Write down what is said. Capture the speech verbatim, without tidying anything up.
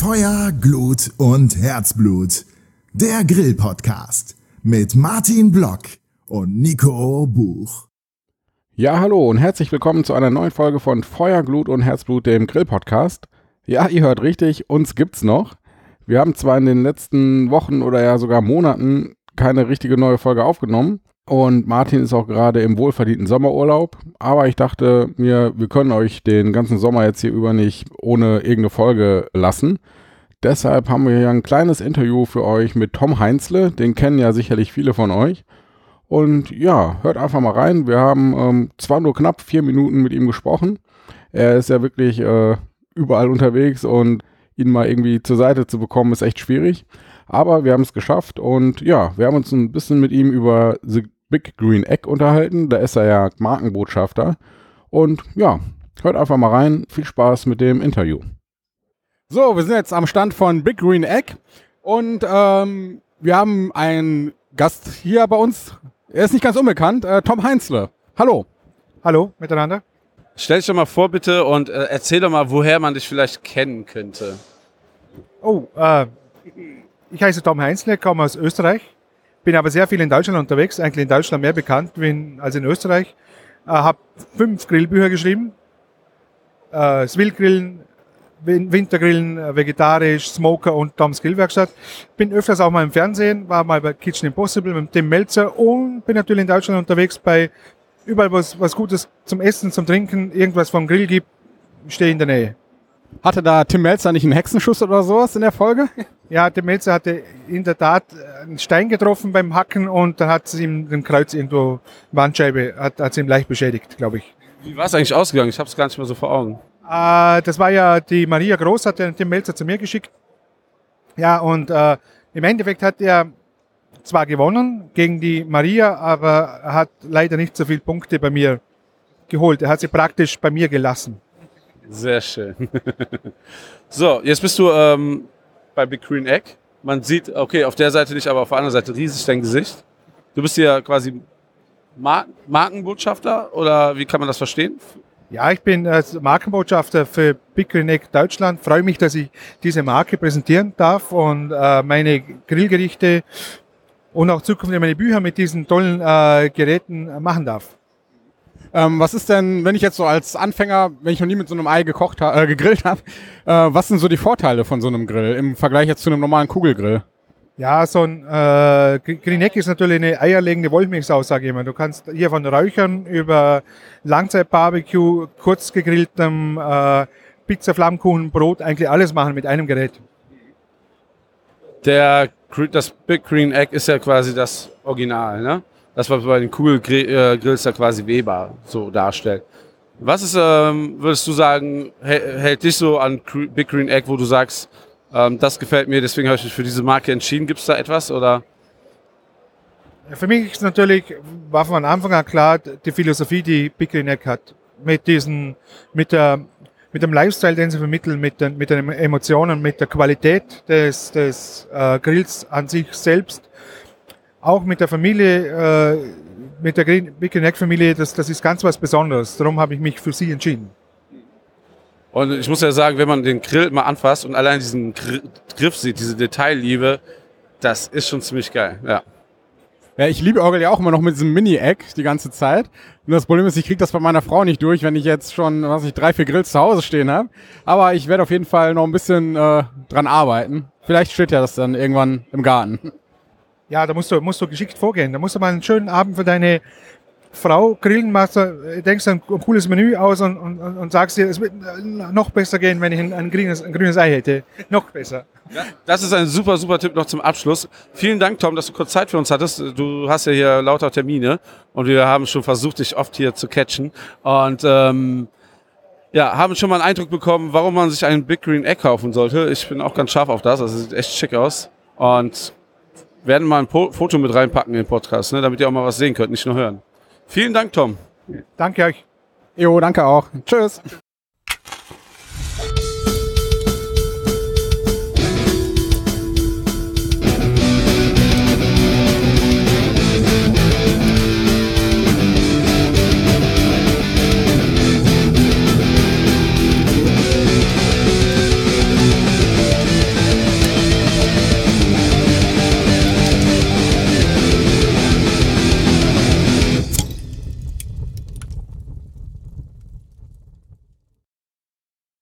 Feuer, Glut und Herzblut. Der Grill-Podcast mit Martin Block und Nico Buch. Ja, hallo und herzlich willkommen zu einer neuen Folge von Feuer, Glut und Herzblut, dem Grill-Podcast. Ja, ihr hört richtig, uns gibt's noch. Wir haben zwar in den letzten Wochen oder ja sogar Monaten keine richtige neue Folge aufgenommen und Martin ist auch gerade im wohlverdienten Sommerurlaub, aber ich dachte mir, wir können euch den ganzen Sommer jetzt hier über nicht ohne irgendeine Folge lassen. Deshalb haben wir hier ein kleines Interview für euch mit Tom Heinzle, den kennen ja sicherlich viele von euch. Und ja, hört einfach mal rein. Wir haben ähm, zwar nur knapp vier Minuten mit ihm gesprochen. Er ist ja wirklich äh, überall unterwegs und ihn mal irgendwie zur Seite zu bekommen, ist echt schwierig. Aber wir haben es geschafft und ja, wir haben uns ein bisschen mit ihm über The Big Green Egg unterhalten. Da ist er ja Markenbotschafter. Und ja, hört einfach mal rein. Viel Spaß mit dem Interview. So, wir sind jetzt am Stand von Big Green Egg und ähm, wir haben einen Gast hier bei uns. Er ist nicht ganz unbekannt, äh, Tom Heinzle. Hallo. Hallo, miteinander. Stell dich doch mal vor, bitte, und äh, erzähl doch mal, woher man dich vielleicht kennen könnte. Oh, äh, ich heiße Tom Heinzle, komme aus Österreich, bin aber sehr viel in Deutschland unterwegs, eigentlich in Deutschland mehr bekannt bin als in Österreich. Äh, habe fünf Grillbücher geschrieben, äh, das Wildgrillen, Wintergrillen, vegetarisch, Smoker und Toms Grillwerkstatt. Bin öfters auch mal im Fernsehen, war mal bei Kitchen Impossible mit Tim Melzer und bin natürlich in Deutschland unterwegs bei überall, was, was Gutes zum Essen, zum Trinken, irgendwas vom Grill gibt, stehe in der Nähe. Hatte da Tim Melzer nicht einen Hexenschuss oder sowas in der Folge? Ja, Tim Melzer hatte in der Tat einen Stein getroffen beim Hacken und dann hat es ihm den Kreuz irgendwo, Wandscheibe, hat es ihm leicht beschädigt, glaube ich. Wie war es eigentlich ausgegangen? Ich habe es gar nicht mehr so vor Augen. Äh, das war ja die Maria Groß, hat den Tim Melzer zu mir geschickt. Ja, und äh, im Endeffekt hat er zwar gewonnen gegen die Maria, aber er hat leider nicht so viele Punkte bei mir geholt. Er hat sie praktisch bei mir gelassen. Sehr schön. So, jetzt bist du ähm, bei Big Green Egg. Man sieht, okay, auf der Seite nicht, aber auf der anderen Seite riesig dein Gesicht. Du bist ja quasi Mar- Markenbotschafter oder wie kann man das verstehen? Ja, ich bin als Markenbotschafter für Big Green Egg Deutschland. Freue mich, dass ich diese Marke präsentieren darf und äh, meine Grillgerichte und auch zukünftig meine Bücher mit diesen tollen äh, Geräten machen darf. Ähm, was ist denn, wenn ich jetzt so als Anfänger, wenn ich noch nie mit so einem Ei gekocht ha- äh, gegrillt habe, äh, was sind so die Vorteile von so einem Grill im Vergleich jetzt zu einem normalen Kugelgrill? Ja, so ein äh, Green Egg ist natürlich eine eierlegende Wollmilchsau, sage ich immer. Du kannst hier von Räuchern über Langzeit-Barbecue, kurz gegrilltem äh, Pizza, Flammkuchen, Brot, eigentlich alles machen mit einem Gerät. Der, das Big Green Egg ist ja quasi das Original, ne? Das, was bei den Kugelgrills ja quasi Weber so darstellt. Was ist, ähm, würdest du sagen, hält dich so an Big Green Egg, wo du sagst, ähm, das gefällt mir, deswegen habe ich mich für diese Marke entschieden. Gibt es da etwas, oder? Für mich ist natürlich, war von Anfang an klar, die Philosophie, die Big Green Egg hat. Mit diesen, mit der, mit dem Lifestyle, den sie vermitteln, mit den, mit den Emotionen, mit der Qualität des, des äh, Grills an sich selbst. Auch mit der Familie, äh, mit der Green, Big Green Egg Familie, das, das ist ganz was Besonderes. Darum habe ich mich für sie entschieden. Und ich muss ja sagen, wenn man den Grill mal anfasst und allein diesen Gr- Griff sieht, diese Detailliebe, das ist schon ziemlich geil, ja. Ja, ich liebe Orgel ja auch immer noch mit diesem Mini-Egg die ganze Zeit. Nur das Problem ist, ich kriege das bei meiner Frau nicht durch, wenn ich jetzt schon, was weiß ich, drei, vier Grills zu Hause stehen habe. Aber ich werde auf jeden Fall noch ein bisschen äh, dran arbeiten. Vielleicht steht ja das dann irgendwann im Garten. Ja, da musst du, musst du geschickt vorgehen. Da musst du mal einen schönen Abend für deine Frau grillen, machst du, denkst ein, ein cooles Menü aus und, und, und sagst dir, es wird noch besser gehen, wenn ich ein, ein, grünes, ein grünes Ei hätte. Noch besser. Ja, das ist ein super, super Tipp noch zum Abschluss. Vielen Dank, Tom, dass du kurz Zeit für uns hattest. Du hast ja hier lauter Termine und wir haben schon versucht, dich oft hier zu catchen. Und ähm, ja, haben schon mal einen Eindruck bekommen, warum man sich einen Big Green Egg kaufen sollte. Ich bin auch ganz scharf auf das. Also sieht echt schick aus. Und werden mal ein po- Foto mit reinpacken in den Podcast, ne, damit ihr auch mal was sehen könnt, nicht nur hören. Vielen Dank, Tom. Danke euch. Jo, danke auch. Tschüss.